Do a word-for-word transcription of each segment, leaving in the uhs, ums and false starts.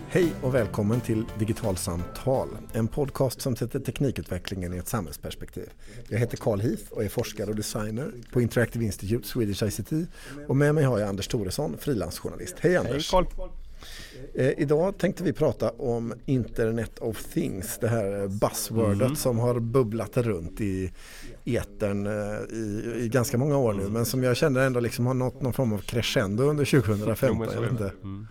Hej och välkommen till Digitalsamtal, en podcast som sätter teknikutvecklingen i ett samhällsperspektiv. Jag heter Carl Heath och är forskare och designer på Interactive Institute Swedish I C T och med mig har jag Anders Thoresson, frilansjournalist. Hej Anders! Hej Carl! Eh, idag tänkte vi prata om Internet of Things, det här buzzwordet mm. som har bubblat runt i etern eh, i, i ganska många år nu, men som jag känner ändå liksom har nått någon form av crescendo under tjugohundrafemton. Jag vet inte. Mm.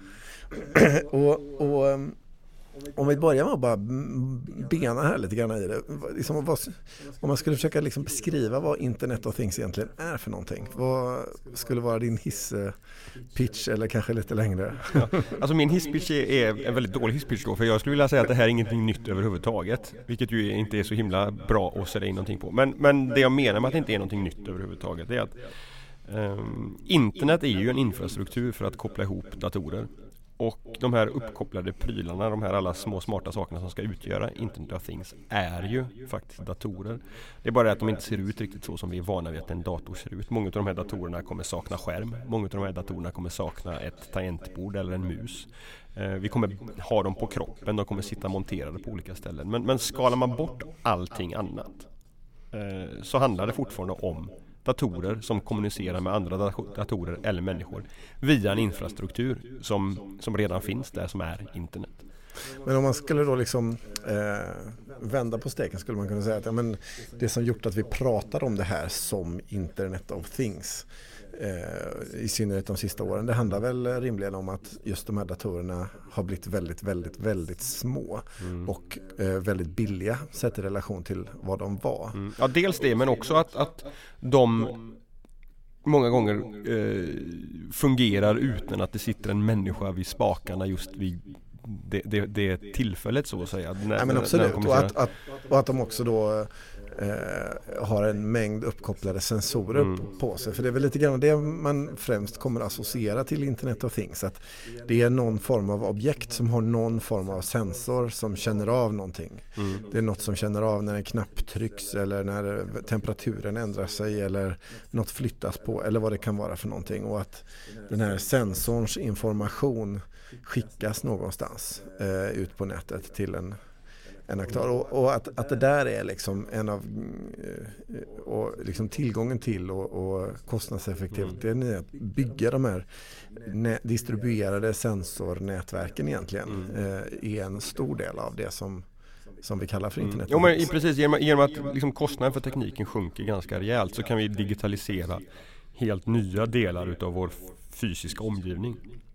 och, och om vi börjar med att bara bena här lite grann i det, liksom, vad, om man skulle försöka liksom beskriva vad Internet of Things egentligen är för någonting, vad skulle vara din hisspitch eller kanske lite längre? Ja, alltså min hisspitch är, är en väldigt dålig hisspitch då, för jag skulle vilja säga att det här är ingenting nytt överhuvudtaget, vilket ju inte är så himla bra att sätta in någonting på, men, men det jag menar med att det inte är någonting nytt överhuvudtaget är att um, internet är ju en infrastruktur för att koppla ihop datorer. Och de här uppkopplade prylarna, de här alla små smarta sakerna som ska utgöra Internet of Things är ju faktiskt datorer. Det är bara att de inte ser ut riktigt så som vi är vana vid att en dator ser ut. Många av de här datorerna kommer sakna skärm. Många av de här datorerna kommer sakna ett tangentbord eller en mus. Eh, vi kommer ha dem på kroppen, de kommer sitta monterade på olika ställen. Men, men skalar man bort allting annat eh, så handlar det fortfarande om datorer som kommunicerar med andra datorer eller människor via en infrastruktur som, som redan finns där, som är internet. Men om man skulle då liksom eh, vända på steken skulle man kunna säga att ja, men det som gjort att vi pratar om det här som Internet of Things eh, i synnerhet de sista åren, det handlar väl rimligen om att just de här datorerna har blivit väldigt, väldigt, väldigt små mm. och eh, väldigt billiga sett i relation till vad de var. Mm. Ja, dels det, men också att, att de många gånger eh, fungerar utan att det sitter en människa vid spakarna just vid det, det, det tillfället så att säga. När, ja, men absolut, och att, att, och att de också då eh, har en mängd uppkopplade sensorer mm. på sig. För det är väl lite grann det man främst kommer att associera till Internet of Things. Att det är någon form av objekt som har någon form av sensor som känner av någonting. Mm. Det är något som känner av när en knapp trycks eller när temperaturen ändrar sig eller något flyttas på eller vad det kan vara för någonting. Och att den här sensorns information skickas någonstans eh, ut på nätet till en, en aktör. Och, och att, att det där är liksom en av eh, och liksom tillgången till och, och kostnadseffektiviteten i att bygga de här nä- distribuerade sensornätverken egentligen mm. eh, är en stor del av det som som vi kallar för internet. Mm. Jo, men precis, genom, genom att liksom kostnaden för tekniken sjunker ganska rejält så kan vi digitalisera helt nya delar utav vår fysiska omgivning.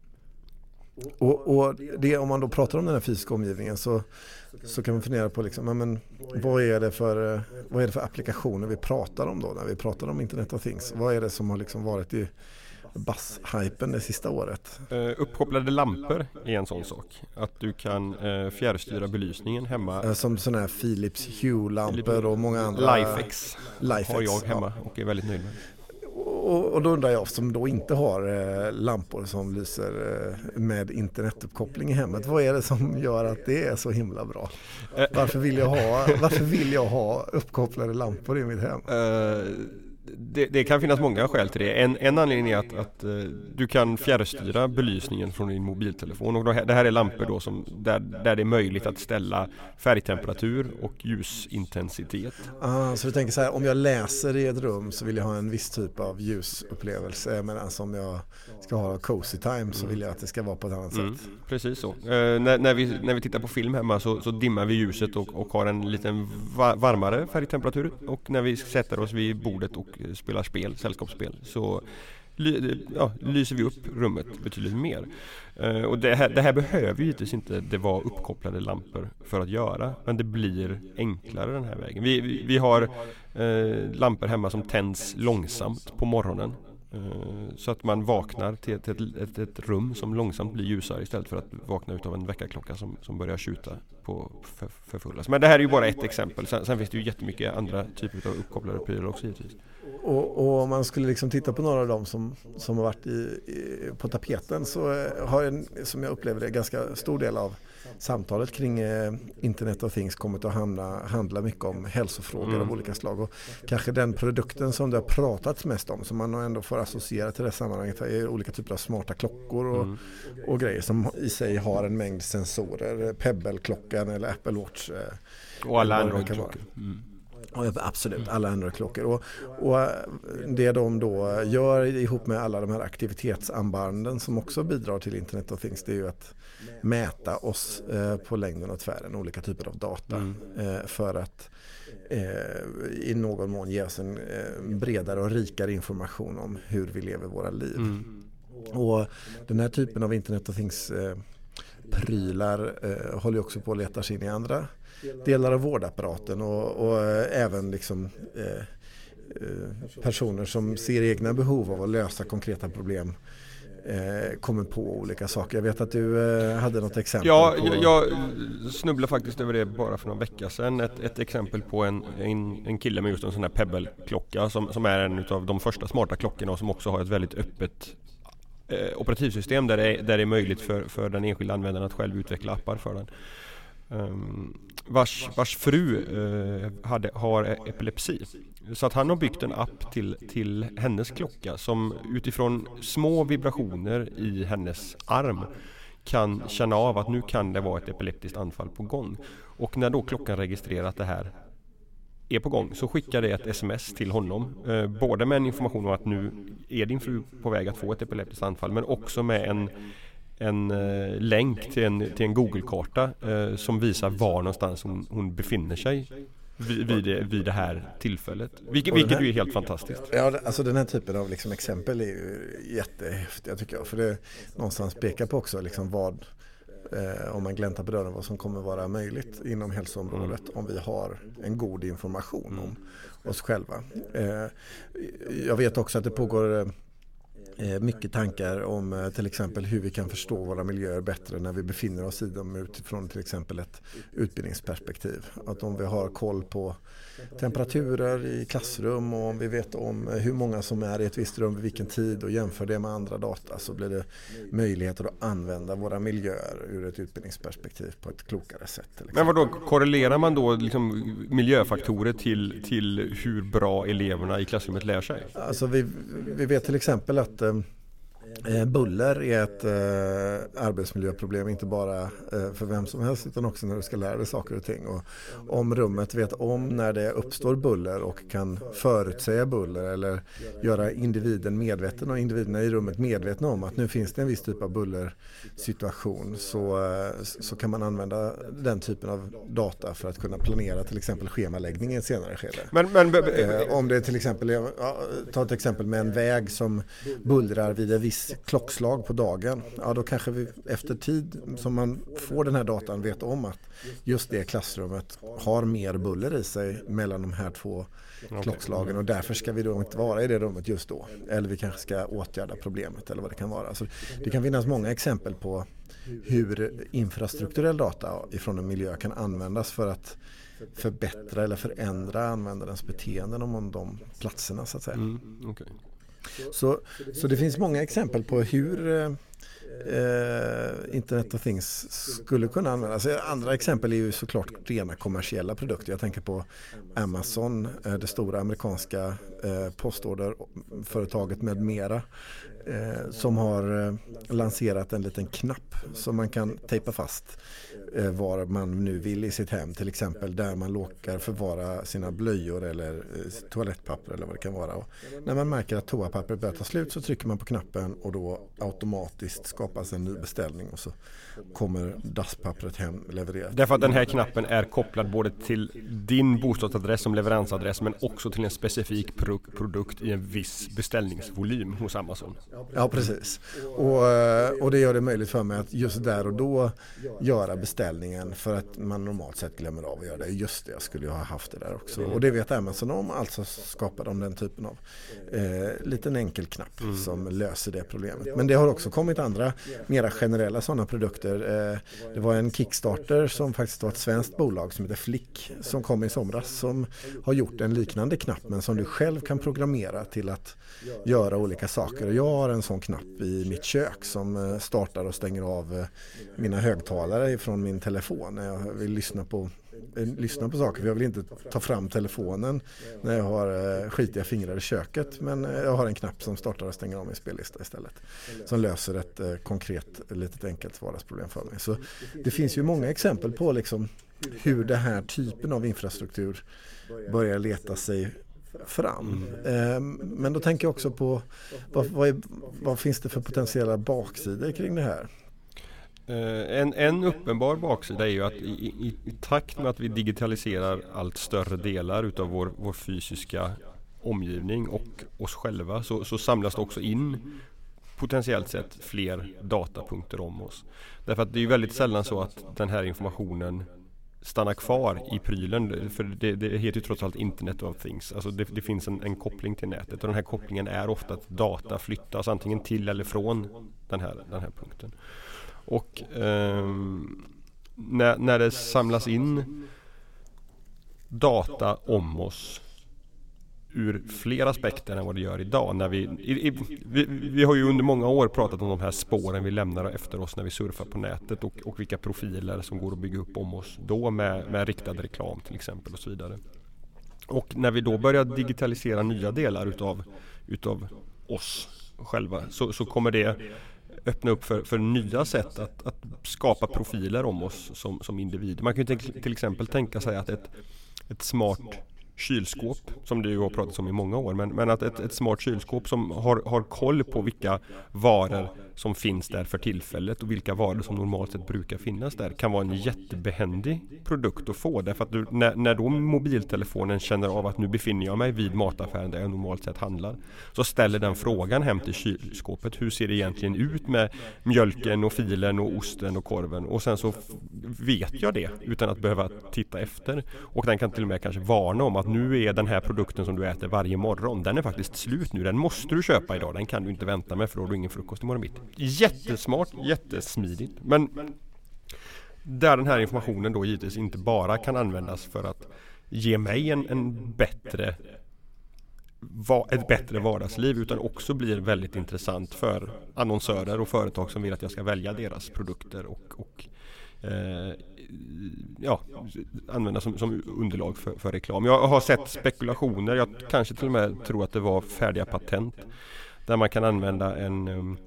Och, och det, om man då pratar om den här fysiska omgivningen så, så kan man fundera på liksom, men, vad, är det för, vad är det för applikationer vi pratar om då när vi pratar om Internet of Things? Vad är det som har liksom varit i bass-hypen det sista året? Uh, uppkopplade lampor är en sån sak. Att du kan uh, fjärrstyra belysningen hemma. Uh, som sådana här Philips Hue-lampor och många andra. Lifex, Lifex har jag hemma ja. Och är väldigt nöjd med. Och, och då undrar jag, som då inte har eh, lampor som lyser eh, med internetuppkoppling i hemmet, vad är det som gör att det är så himla bra? Varför vill jag ha, varför vill jag ha uppkopplade lampor i mitt hem? Uh, det, det kan finnas många skäl till det. En, en anledning är att, att uh, du kan fjärrstyra belysningen från din mobiltelefon. Och det här är lampor då som, där, där det är möjligt att ställa färgtemperatur och ljusintensitet. Ah, så du tänker så här, om jag läser i ett rum så vill jag ha en viss typ av ljusupplevelse. Men alltså om jag ska ha cozy time så vill jag att det ska vara på ett annat mm. sätt. Precis så. Uh, när, när, vi, när vi tittar på film hemma så, så dimmar vi ljuset och, och har en liten va- varmare färgtemperatur. Och när vi sätter oss vid bordet och spelar spel, sällskapsspel, så ly, ja, lyser vi upp rummet betydligt mer. Uh, och det här, det här behöver ju givetvis inte det vara uppkopplade lampor för att göra, men det blir enklare den här vägen. Vi, vi, vi har uh, lampor hemma som tänds långsamt på morgonen. Så att man vaknar till ett, ett, ett, ett rum som långsamt blir ljusare istället för att vakna ut av en väckarklocka som, som börjar skjuta på för, för fulla. Men det här är ju bara ett exempel. Sen, sen finns det ju jättemycket andra typer av uppkopplade prylar också givetvis. Och, och om man skulle liksom titta på några av dem som, som har varit i, i, på tapeten så har en, som jag upplever det, ganska stor del av samtalet kring eh, Internet of Things kommer att hamna, handla mycket om hälsofrågor mm. av olika slag. Och kanske den produkten som det har pratats mest om, som man ändå får associera till det sammanhanget, är olika typer av smarta klockor och, mm. och grejer som i sig har en mängd sensorer. Pebble-klockan eller Apple Watch. Eh, och alla Android-klockor. Ja, absolut, alla Android-klockor. Och, och det de då gör ihop med alla de här aktivitetsarmbanden som också bidrar till Internet of Things, det är ju att mäta oss eh, på längden och tvären, olika typer av data mm. eh, för att eh, i någon mån ge oss en eh, bredare och rikare information om hur vi lever våra liv. Mm. Och den här typen av Internet of Things eh, prylar eh, håller också på att leta sig in i andra delar av vårdapparaten och, och äh, även liksom, äh, äh, personer som ser egna behov av att lösa konkreta problem äh, kommer på olika saker. Jag vet att du äh, hade något exempel. Ja, på... jag, jag snubblade faktiskt över det bara för några veckor sedan. Ett, ett exempel på en, en, en kille med just en sån här Pebble-klocka som, som är en av de första smarta klockorna och som också har ett väldigt öppet eh, operativsystem där det, är, där det är möjligt för, för den enskilda användaren att själv utveckla appar för den. Um, vars, vars fru uh, hade, har epilepsi. Så att han har byggt en app till, till hennes klocka som utifrån små vibrationer i hennes arm kan känna av att nu kan det vara ett epileptiskt anfall på gång. Och när då klockan registrerar att det här är på gång så skickar det ett sms till honom. Uh, både med en information om att nu är din fru på väg att få ett epileptiskt anfall, men också med en en eh, länk till en, till en Google-karta eh, som visar var någonstans hon, hon befinner sig vid, vid, det, vid det här tillfället. Vilket, vilket här, ju är helt fantastiskt. Ja, alltså den här typen av liksom exempel är ju jättehäftiga tycker jag. För det någonstans pekar på också liksom vad, eh, om man gläntar på dörren, vad som kommer vara möjligt inom hälsoområdet mm. om vi har en god information om oss själva. Eh, jag vet också att det pågår mycket tankar om till exempel hur vi kan förstå våra miljöer bättre när vi befinner oss i dem utifrån till exempel ett utbildningsperspektiv. Att om vi har koll på temperaturer i klassrum och om vi vet om hur många som är i ett visst rum vid vilken tid och jämför det med andra data, så blir det möjligheter att använda våra miljöer ur ett utbildningsperspektiv på ett klokare sätt. Men vad då korrelerar man då liksom miljöfaktorer till, till hur bra eleverna i klassrummet lär sig? Alltså vi, vi vet till exempel att Eh, buller är ett eh, arbetsmiljöproblem, inte bara eh, för vem som helst utan också när du ska lära dig saker och ting. Och om rummet vet om när det uppstår buller och kan förutsäga buller eller göra individen medveten och individerna i rummet medvetna om att nu finns det en viss typ av bullersituation, så, eh, så kan man använda den typen av data för att kunna planera till exempel schemaläggning i ett senare skede. Men, men, eh, om det till exempel, ja, ta ett exempel med en väg som bullrar vid en viss klockslag på dagen, ja då kanske vi efter tid som man får den här datan vet om att just det klassrummet har mer buller i sig mellan de här två okay. klockslagen, och därför ska vi då inte vara i det rummet just då. Eller vi kanske ska åtgärda problemet eller vad det kan vara. Så det kan finnas många exempel på hur infrastrukturell data ifrån en miljö kan användas för att förbättra eller förändra användarens beteenden om de platserna så att säga. Mm, okay. Så, så det finns många exempel på hur eh, Internet of Things skulle kunna användas. Andra exempel är ju såklart rena kommersiella produkter. Jag tänker på Amazon, eh, det stora amerikanska eh, postorderföretaget med mera, eh, som har eh, lanserat en liten knapp som man kan tejpa fast eh, var man nu vill i sitt hem. Till exempel där man råkar förvara sina blöjor eller eh, toalettpapper eller vad det kan vara. Och när man märker att toapapper börjar ta slut så trycker man på knappen och då automatiskt skapas en ny beställning och så kommer dasspappret hem levererat. Därför att den här knappen är kopplad både till din bostadsadress som leveransadress men också till en specifik pro- produkt i en viss beställningsvolym hos Amazon. Ja, precis. Och, och det gör det möjligt för mig att just där och då göra beställningen för att man normalt sett glömmer av att göra det. Just det, jag skulle ju ha haft det där också. Och det vet Amazon om, alltså skapar de den typen av eh, liten enkel knapp mm. som löser det problemet. Men det har också kommit andra mera generella sådana produkter. Det var en Kickstarter som faktiskt var ett svenskt bolag som heter Flick som kom i somras som har gjort en liknande knapp men som du själv kan programmera till att göra olika saker. Jag har en sån knapp i mitt kök som startar och stänger av mina högtalare från min telefon när jag vill lyssna på lyssna på saker, för jag vill inte ta fram telefonen när jag har skitiga fingrar i köket, men jag har en knapp som startar och stänger av min spellista istället, som löser ett eh, konkret, litet enkelt vardagsproblem för mig. Så det finns ju många exempel på liksom hur den här typen av infrastruktur börjar leta sig fram. Eh, men då tänker jag också på vad, vad, är, vad finns det för potentiella baksidor kring det här? Uh, en, en uppenbar baksida är ju att i, i, i takt med att vi digitaliserar allt större delar utav vår, vår fysiska omgivning och oss själva så, så samlas det också in potentiellt sett fler datapunkter om oss. Därför att det är ju väldigt sällan så att den här informationen stannar kvar i prylen, för det, det heter ju trots allt Internet of Things. Alltså det, det finns en, en koppling till nätet och den här kopplingen är ofta att data flyttas antingen till eller från den här, den här punkten. Och eh, när, när det samlas in data om oss ur fler aspekter än vad det gör idag. När vi, i, i, vi, vi har ju under många år pratat om de här spåren vi lämnar efter oss när vi surfar på nätet och, och vilka profiler som går att bygga upp om oss då med, med riktad reklam till exempel och så vidare. Och när vi då börjar digitalisera nya delar utav, utav oss själva så, så kommer det öppna upp för, för nya sätt att, att skapa profiler om oss som, som individer. Man kan ju till, till exempel tänka sig att ett, ett smart kylskåp, som du har pratat om i många år, men, men att ett, ett smart kylskåp som har, har koll på vilka varor som finns där för tillfället och vilka varor som normalt sett brukar finnas där kan vara en jättebehändig produkt att få. Därför att du, när, när då mobiltelefonen känner av att nu befinner jag mig vid mataffären där jag normalt sett handlar, så ställer den frågan hem till kylskåpet: hur ser det egentligen ut med mjölken och filen och osten och korven? Och sen så f- vet jag det utan att behöva titta efter. Och den kan till och med kanske varna om att nu är den här produkten som du äter varje morgon, den är faktiskt slut nu, den måste du köpa idag, den kan du inte vänta med för då har du ingen frukost imorgon mitt. Jättesmart, jättesmidigt. Men där den här informationen då givetvis inte bara kan användas för att ge mig en, en bättre va, ett bättre vardagsliv, utan också blir väldigt intressant för annonsörer och företag som vill att jag ska välja deras produkter och, och eh, ja, använda som, som underlag för, för reklam. Jag har sett spekulationer, jag kanske till och med tror att det var färdiga patent där man kan använda en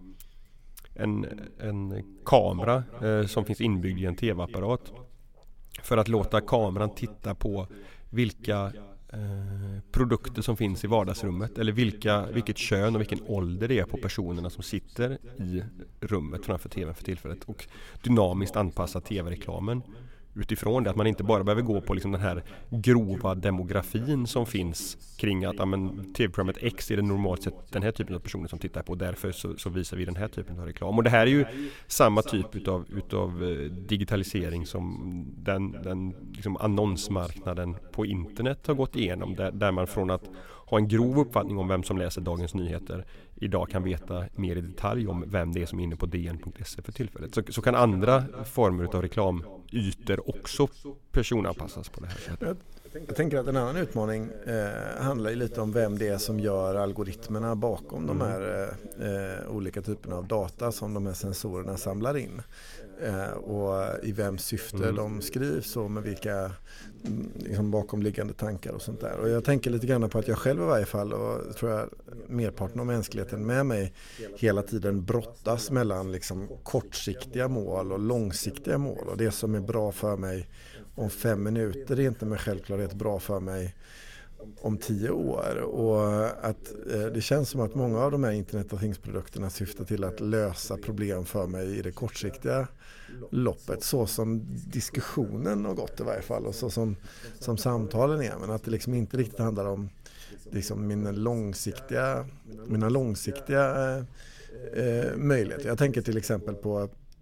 En, en kamera eh, som finns inbyggd i en tv-apparat för att låta kameran titta på vilka eh, produkter som finns i vardagsrummet eller vilka, vilket kön och vilken ålder det är på personerna som sitter i rummet framför tvn för tillfället och dynamiskt anpassa tv-reklamen utifrån det, att man inte bara behöver gå på liksom den här grova demografin som finns kring att ja, men, tv-programmet X är det normalt sett den här typen av personer som tittar på, därför så, så visar vi den här typen av reklam. Och det här är ju samma typ utav, utav digitalisering som den, den liksom annonsmarknaden på internet har gått igenom, där, där man från att ha en grov uppfattning om vem som läser Dagens Nyheter idag kan veta mer i detalj om vem det är som är inne på d n punkt s e för tillfället. Så, så kan andra former av reklamytor också personanpassas på det här sättet. Jag tänker att en annan utmaning eh, handlar ju lite om vem det är som gör algoritmerna bakom mm. de här eh, olika typerna av data som de här sensorerna samlar in. Eh, och i vems syfte mm. de skrivs och med vilka liksom, bakomliggande tankar och sånt där. Och jag tänker lite grann på att jag själv i varje fall, och tror jag merparten av mänskligheten med mig, hela tiden brottas mellan liksom, kortsiktiga mål och långsiktiga mål. Och det som är bra för mig om fem minuter är inte med självklarhet bra för mig om tio år. Och att eh, det känns som att många av de här Internet of Things-produkterna syftar till att lösa problem för mig i det kortsiktiga loppet, så som diskussionen har gått i varje fall och så som, som samtalen är, men att det liksom inte riktigt handlar om liksom mina långsiktiga, mina långsiktiga eh, möjligheter. Jag tänker till exempel på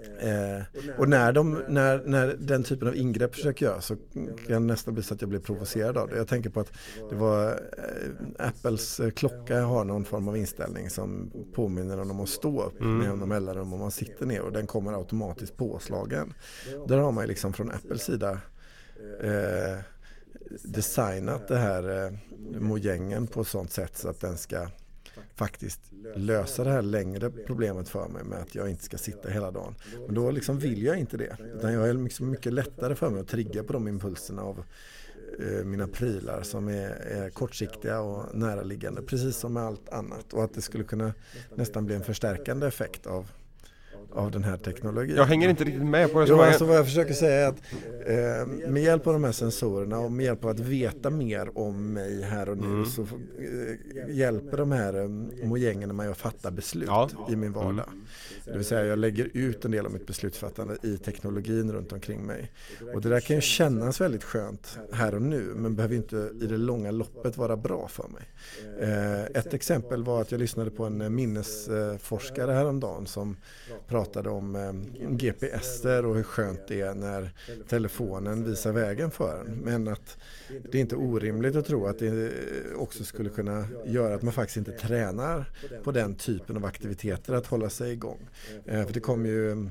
Eh, och när, de, när, när den typen av ingrepp försöker göra så kan det nästan bli så att jag blir provocerad av det. Jag tänker på att det var eh, Apples klocka har någon form av inställning som påminner om att stå upp mm. med om mellanrum om man sitter ner, och den kommer automatiskt påslagen. Där har man liksom från Apples sida eh, designat det här eh, mojängen på ett sånt sätt så att den ska faktiskt lösa det här längre problemet för mig med att jag inte ska sitta hela dagen. Men då liksom vill jag inte det. Utan jag är liksom mycket lättare för mig att trigga på de impulserna av eh, mina prylar som är, är kortsiktiga och näraliggande. Precis som med allt annat. Och att det skulle kunna nästan bli en förstärkande effekt av av den här teknologin. Jag hänger inte riktigt med på det. Jo, alltså vad jag försöker säga är att eh, med hjälp av de här sensorerna och med hjälp av att veta mer om mig här och nu mm. så eh, hjälper de här eh, mojängerna mig att fatta beslut ja. i min vardag. Mm. Det vill säga jag lägger ut en del av mitt beslutsfattande i teknologin runt omkring mig. Och det där kan ju kännas väldigt skönt här och nu, men behöver inte i det långa loppet vara bra för mig. Eh, ett exempel var att jag lyssnade på en minnesforskare häromdagen som pratade om eh, G P S-er och hur skönt det är när telefonen visar vägen för en. Men att det är inte orimligt att tro att det också skulle kunna göra att man faktiskt inte tränar på den typen av aktiviteter att hålla sig igång. Eh, för det kom ju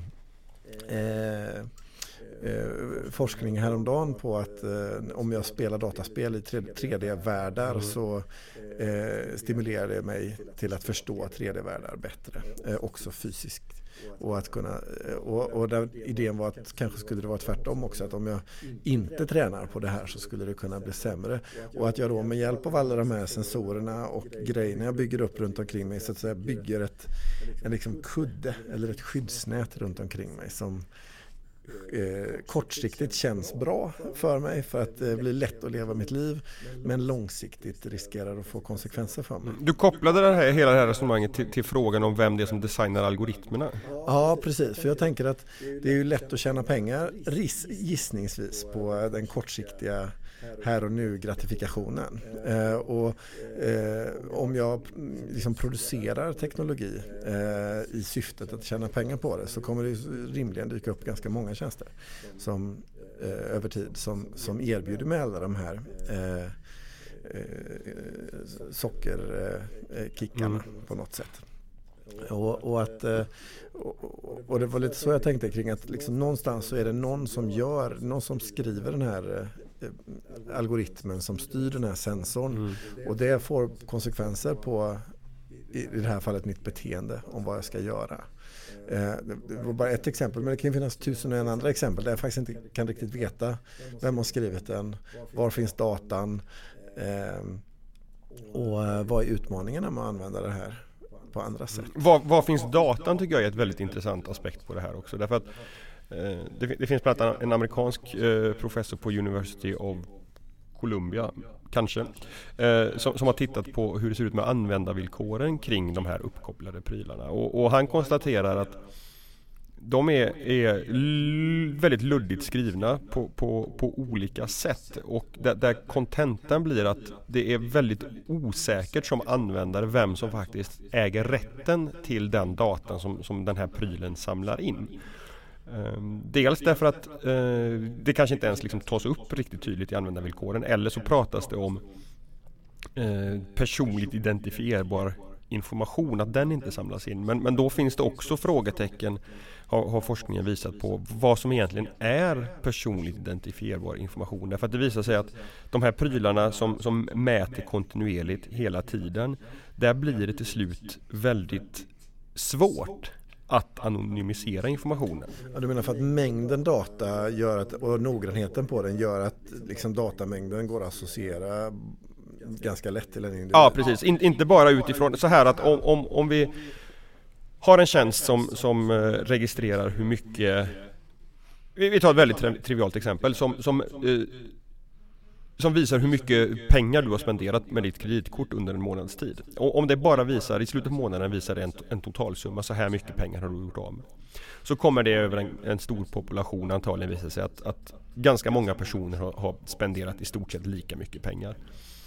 eh, eh, forskning häromdagen på att eh, om jag spelar dataspel i tre D-världar mm. så eh, stimulerar det mig till att förstå tre D-världar bättre, eh, också fysiskt. Och, att kunna, och, och där idén var att kanske skulle det vara tvärtom också, att om jag inte tränar på det här så skulle det kunna bli sämre. Och att jag då med hjälp av alla de här sensorerna och grejerna jag bygger upp runt omkring mig så att säga bygger ett, en liksom kudde eller ett skyddsnät runt omkring mig som Eh, kortsiktigt känns bra för mig för att det eh, blir lätt att leva mitt liv, men långsiktigt riskerar att få konsekvenser för mig. Du kopplade det här, hela det här resonemanget till, till frågan om vem det är som designar algoritmerna. Ja, precis. För jag tänker att det är ju lätt att tjäna pengar ris- gissningsvis på den kortsiktiga här och nu gratifikationen. Eh, och eh, om jag liksom producerar teknologi eh, i syftet att tjäna pengar på det så kommer det rimligen dyka upp ganska många tjänster som, eh, över tid som, som erbjuder mig alla de här eh, eh, sockerkickarna eh, mm. på något sätt. Och, och, att, och, och det var lite så jag tänkte kring att liksom någonstans så är det någon som gör, någon som skriver den här algoritmen som styr den här sensorn mm. och det får konsekvenser på i det här fallet mitt beteende om vad jag ska göra. Eh, det var bara ett exempel, men det kan finnas tusen och en andra exempel där jag faktiskt inte kan riktigt veta vem har skrivit den, var finns datan eh, och vad är utmaningarna med att använda det här på andra sätt. Var, var finns datan tycker jag är ett väldigt intressant aspekt på det här också, därför att eh, det, det finns bland annat en amerikansk eh, professor på University of Columbia kanske, eh, som, som har tittat på hur det ser ut med användarvillkoren kring de här uppkopplade prylarna. Och, och han konstaterar att de är, är l- väldigt luddigt skrivna på, på, på olika sätt. Och där, där kontentan blir att det är väldigt osäkert som användare vem som faktiskt äger rätten till den datan som, som den här prylen samlar in. Dels därför att eh, det kanske inte ens liksom tas upp riktigt tydligt i användarvillkoren, eller så pratas det om eh, personligt identifierbar information, att den inte samlas in. Men, men då finns det också frågetecken, har, har forskningen visat på, vad som egentligen är personligt identifierbar information. Därför att det visar sig att de här prylarna som, som mäter kontinuerligt hela tiden, där blir det till slut väldigt svårt att anonymisera informationen. Ja, du menar för att mängden data gör att, och noggrannheten på den gör att liksom datamängden går att associera ganska lätt till en individ? Ja, precis. In, inte bara utifrån så här att om, om, om vi har en tjänst som, som registrerar hur mycket, vi, vi tar ett väldigt tri- trivialt exempel som, som eh, som visar hur mycket pengar du har spenderat med ditt kreditkort under en månads tid. Och om det bara visar, i slutet av månaden visar det en, en totalsumma, så här mycket pengar har du gjort av med. Så kommer det över en, en stor population antagligen visa sig att, att ganska många personer har, har spenderat i stort sett lika mycket pengar.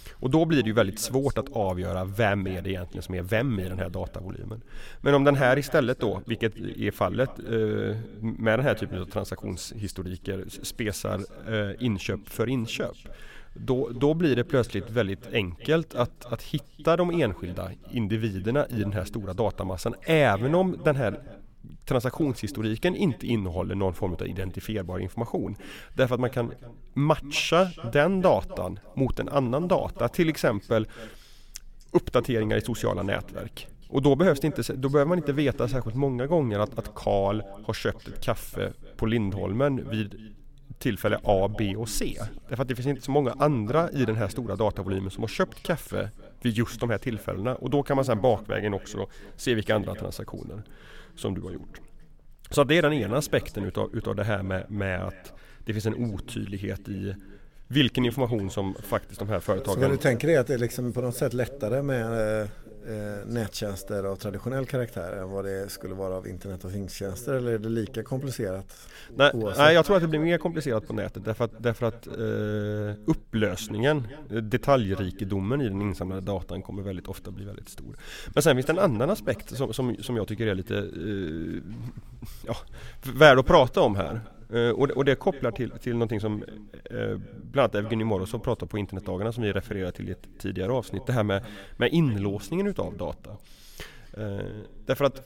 Och då blir det ju väldigt svårt att avgöra vem är det egentligen som är vem i den här datavolymen. Men om den här istället då, vilket är fallet eh, med den här typen av transaktionshistoriker, spesar eh, inköp för inköp, då, då blir det plötsligt väldigt enkelt att, att hitta de enskilda individerna i den här stora datamassan, även om den här transaktionshistoriken inte innehåller någon form av identifierbar information. Därför att man kan matcha den datan mot en annan data, till exempel uppdateringar i sociala nätverk. Och då, behövs det inte, då behöver man inte veta särskilt många gånger att, att Carl har köpt ett kaffe på Lindholmen vid tillfälle A, B och C. Därför att det finns inte så många andra i den här stora datavolymen som har köpt kaffe vid just de här tillfällena. Och då kan man sedan bakvägen också se vilka andra transaktioner som du har gjort. Så det är den ena aspekten utav, utav det här med, med att det finns en otydlighet i vilken information som faktiskt de här företagen... Så vad du tänker är att det är liksom på något sätt lättare med eh, nättjänster av traditionell karaktär än vad det skulle vara av internet och things-tjänster, eller är det lika komplicerat? Nej, nej, jag tror att det blir mer komplicerat på nätet därför att, därför att eh, upplösningen, detaljrikedomen i den insamlade datan kommer väldigt ofta bli väldigt stor. Men sen finns det en annan aspekt som, som, som jag tycker är lite eh, ja, värd att prata om här. Uh, och, det, och det kopplar till, till någonting som uh, bland annat Evgeny Morozov pratar på internetdagarna, som vi refererar till i ett tidigare avsnitt, det här med, med inlåsningen utav data. Uh, därför att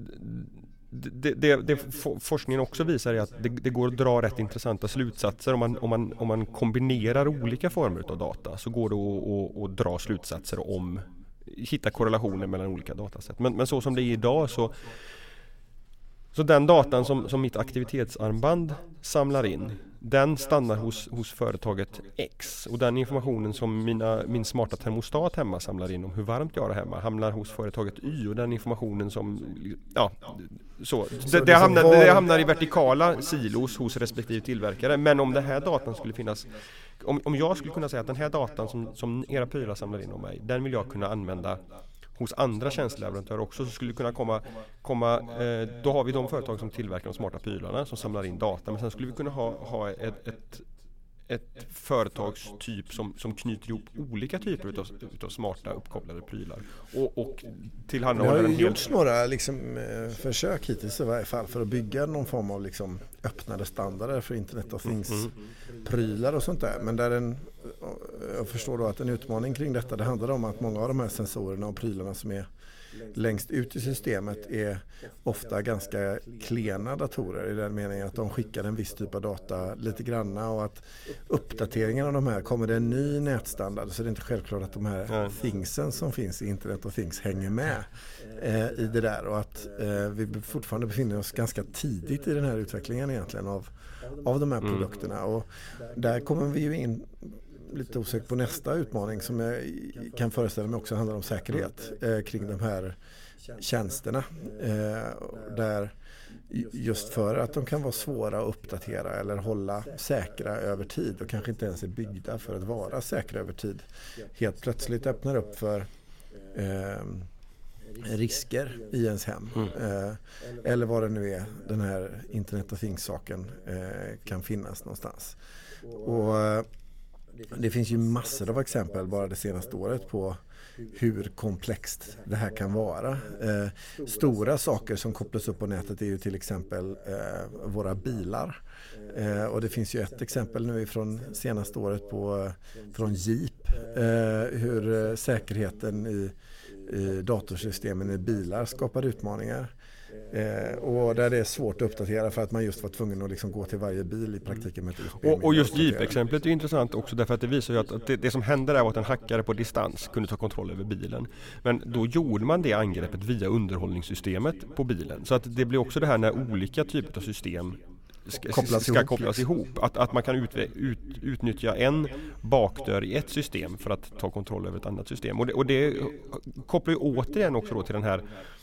det, det, det forskningen också visar är att det, det går att dra rätt intressanta slutsatser om man, om man, om man kombinerar olika former av data, så går det att, att, att dra slutsatser om, hitta korrelationer mellan olika datasätt. Men, men så som det är idag så Så den datan som, som mitt aktivitetsarmband samlar in, den stannar hos, hos företaget X. Och den informationen som mina, min smarta termostat hemma samlar in om hur varmt jag har det hemma hamnar hos företaget Y. Och den informationen som... Ja, så. så det, det, hamnar, det hamnar i vertikala silos hos respektive tillverkare. Men om den här datan skulle finnas... Om, om jag skulle kunna säga att den här datan som, som era prylar samlar in om mig, den vill jag kunna använda hos andra tjänsteleverantörer också, så skulle det kunna komma, komma eh, då har vi de företag som tillverkar de smarta prylarna som samlar in data, men sen skulle vi kunna ha, ha ett, ett, ett företagstyp som, som knyter ihop olika typer utav, utav smarta uppkopplade prylar och, och tillhandahåller en hel... Det har gjorts några liksom, försök hittills i varje fall för att bygga någon form av liksom, öppnade standarder för internet of things mm. prylar och sånt där, men där en, jag förstår då att en utmaning kring detta, det handlar om att många av de här sensorerna och prylarna som är längst ut i systemet är ofta ganska klena datorer, i den meningen att de skickar en viss typ av data lite granna, och att uppdateringen av de här, kommer det en ny nätstandard så det är inte självklart att de här mm. thingsen som finns i internet of things hänger med eh, i det där, och att eh, vi fortfarande befinner oss ganska tidigt i den här utvecklingen egentligen av, av de här mm. produkterna, och där kommer vi ju in lite osäker på nästa utmaning som jag kan föreställa mig också handlar om säkerhet eh, kring de här tjänsterna. Eh, där just för att de kan vara svåra att uppdatera eller hålla säkra över tid och kanske inte ens är byggda för att vara säkra över tid, helt plötsligt öppnar upp för eh, risker i ens hem. Mm. Eh, eller vad det nu är den här Internet of Things-saken eh, kan finnas någonstans. Och det finns ju massor av exempel bara det senaste året på hur komplext det här kan vara. Eh, stora saker som kopplas upp på nätet är ju till exempel eh, våra bilar. Eh, och det finns ju ett exempel nu från senaste året på, från Jeep, eh, hur eh, säkerheten i, i datorsystemen i bilar skapar utmaningar. Eh, och där det är svårt att uppdatera för att man just var tvungen att liksom gå till varje bil i praktiken med ett U S B. Och, och just Jeep-exemplet är intressant också därför att det visar ju att, att det, det som händer är att en hackare på distans kunde ta kontroll över bilen. Men då gjorde man det angreppet via underhållningssystemet på bilen. Så att det blir också det här när olika typer av system ska kopplas, ska ihop, kopplas ihop. Att, att man kan ut, ut, utnyttja en bakdörr i ett system för att ta kontroll över ett annat system. Och det, och det kopplar ju återigen också då till den här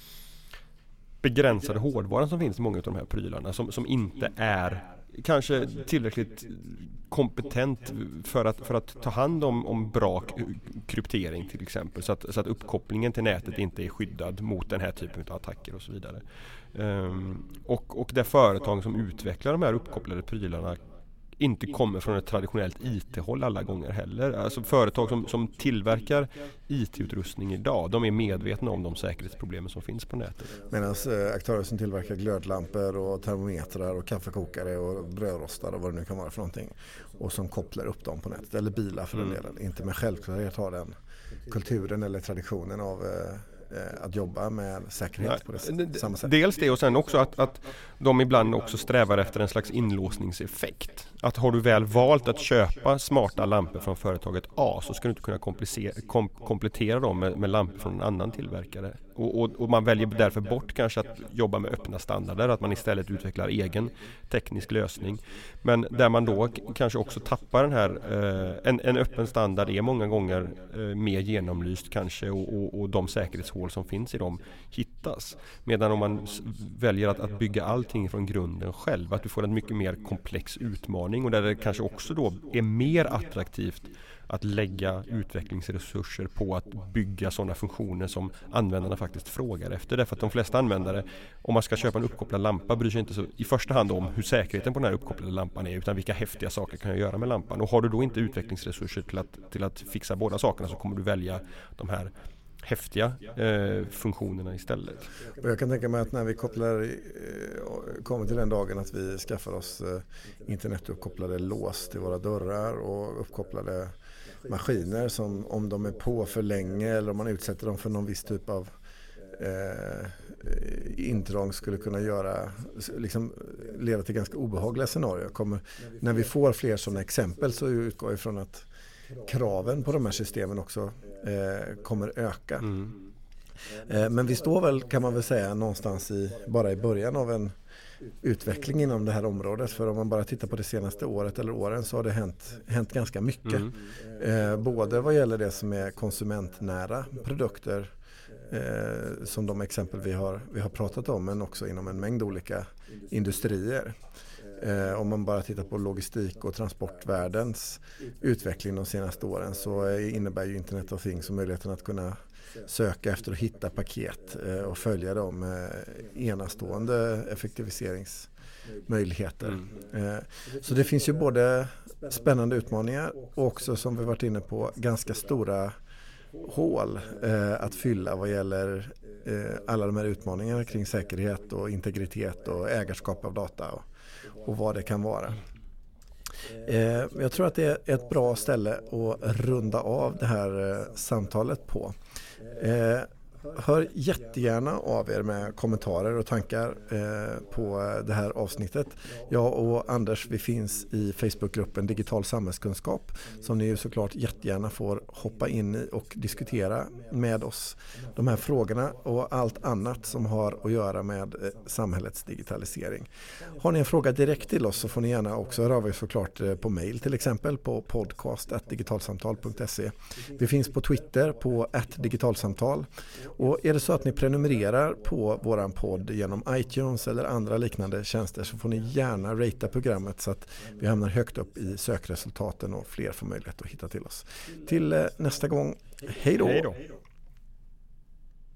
begränsade hårdvaran som finns i många av de här prylarna som, som inte är kanske tillräckligt kompetent för att, för att ta hand om, om bra kryptering till exempel, så att, så att uppkopplingen till nätet inte är skyddad mot den här typen av attacker och så vidare. Um, och, och det företag som utvecklar de här uppkopplade prylarna inte kommer från ett traditionellt I T-håll alla gånger heller. Alltså företag som, som tillverkar I T-utrustning idag, de är medvetna om de säkerhetsproblemen som finns på nätet. Medan eh, aktörer som tillverkar glödlampor och termometrar och kaffekokare och brödrostar och vad det nu kan vara för någonting, och som kopplar upp dem på nätet, eller bilar för den Mm. delen, inte med självklarhet har den kulturen eller traditionen av eh, att jobba med säkerhet på det D- samma sätt. Dels det, och sen också att, att de ibland också strävar efter en slags inlåsningseffekt. Att har du väl valt att köpa smarta lampor från företaget A, så ska du inte kunna kom, komplettera dem med, med lampor från en annan tillverkare. Och, och, och man väljer därför bort kanske att jobba med öppna standarder, att man istället utvecklar egen teknisk lösning. Men där man då k- kanske också tappar den här, eh, en, en öppen standard är många gånger eh, mer genomlyst kanske, och, och, och de säkerhetshål som finns i dem hittas. Medan om man s- väljer att, att bygga allting från grunden själv, att du får en mycket mer komplex utmaning, och där det kanske också då är mer attraktivt att lägga utvecklingsresurser på att bygga sådana funktioner som användarna faktiskt frågar efter. Därför att de flesta användare, om man ska köpa en uppkopplad lampa, bryr sig inte så i första hand om hur säkerheten på den här uppkopplade lampan är, utan vilka häftiga saker kan jag göra med lampan. Och har du då inte utvecklingsresurser till att, till att fixa båda sakerna, så kommer du välja de här häftiga eh, funktionerna istället. Och jag kan tänka mig att när vi kopplar, eh, kommer till den dagen att vi skaffar oss eh, internetuppkopplade lås till våra dörrar och uppkopplade maskiner som, om de är på för länge eller om man utsätter dem för någon viss typ av eh, intrång, skulle kunna göra, liksom leda till ganska obehagliga scenarier. Kommer, när vi får fler sådana exempel, så utgår jag ifrån att kraven på de här systemen också eh, kommer öka. Mm. Eh, men vi står väl, kan man väl säga, någonstans i, bara i början av en utveckling inom det här området. För om man bara tittar på det senaste året eller åren, så har det hänt, hänt ganska mycket. Mm. Eh, både vad gäller det som är konsumentnära produkter, eh, som de exempel vi har, vi har pratat om, men också inom en mängd olika industrier. Eh, om man bara tittar på logistik- och transportvärldens utveckling de senaste åren, så innebär ju Internet of Things och möjligheten att kunna söka efter och hitta paket eh, och följa dem med enastående effektiviseringsmöjligheter. Mm. Eh, så det finns ju både spännande utmaningar och också, som vi varit inne på, ganska stora hål eh, att fylla vad gäller eh, alla de här utmaningarna kring säkerhet och integritet och ägarskap av data och, och vad det kan vara. Eh, jag tror att det är ett bra ställe att runda av det här eh, samtalet på. Eh, hör jättegärna av er med kommentarer och tankar eh, på det här avsnittet. Jag och Anders, vi finns i Facebookgruppen Digital Samhällskunskap, som ni ju såklart jättegärna får hoppa in i och diskutera med oss de här frågorna och allt annat som har att göra med eh, samhällets digitalisering. Har ni en fråga direkt till oss, så får ni gärna också höra av er såklart eh, på mail, till exempel på podcast snabel-a digitalsamtal punkt se. Vi finns på Twitter på at digitalsamtal. Och är det så att ni prenumererar på våran podd genom iTunes eller andra liknande tjänster, så får ni gärna ratea programmet så att vi hamnar högt upp i sökresultaten och fler får möjlighet att hitta till oss. Till eh, nästa gång, hej då! Hej då!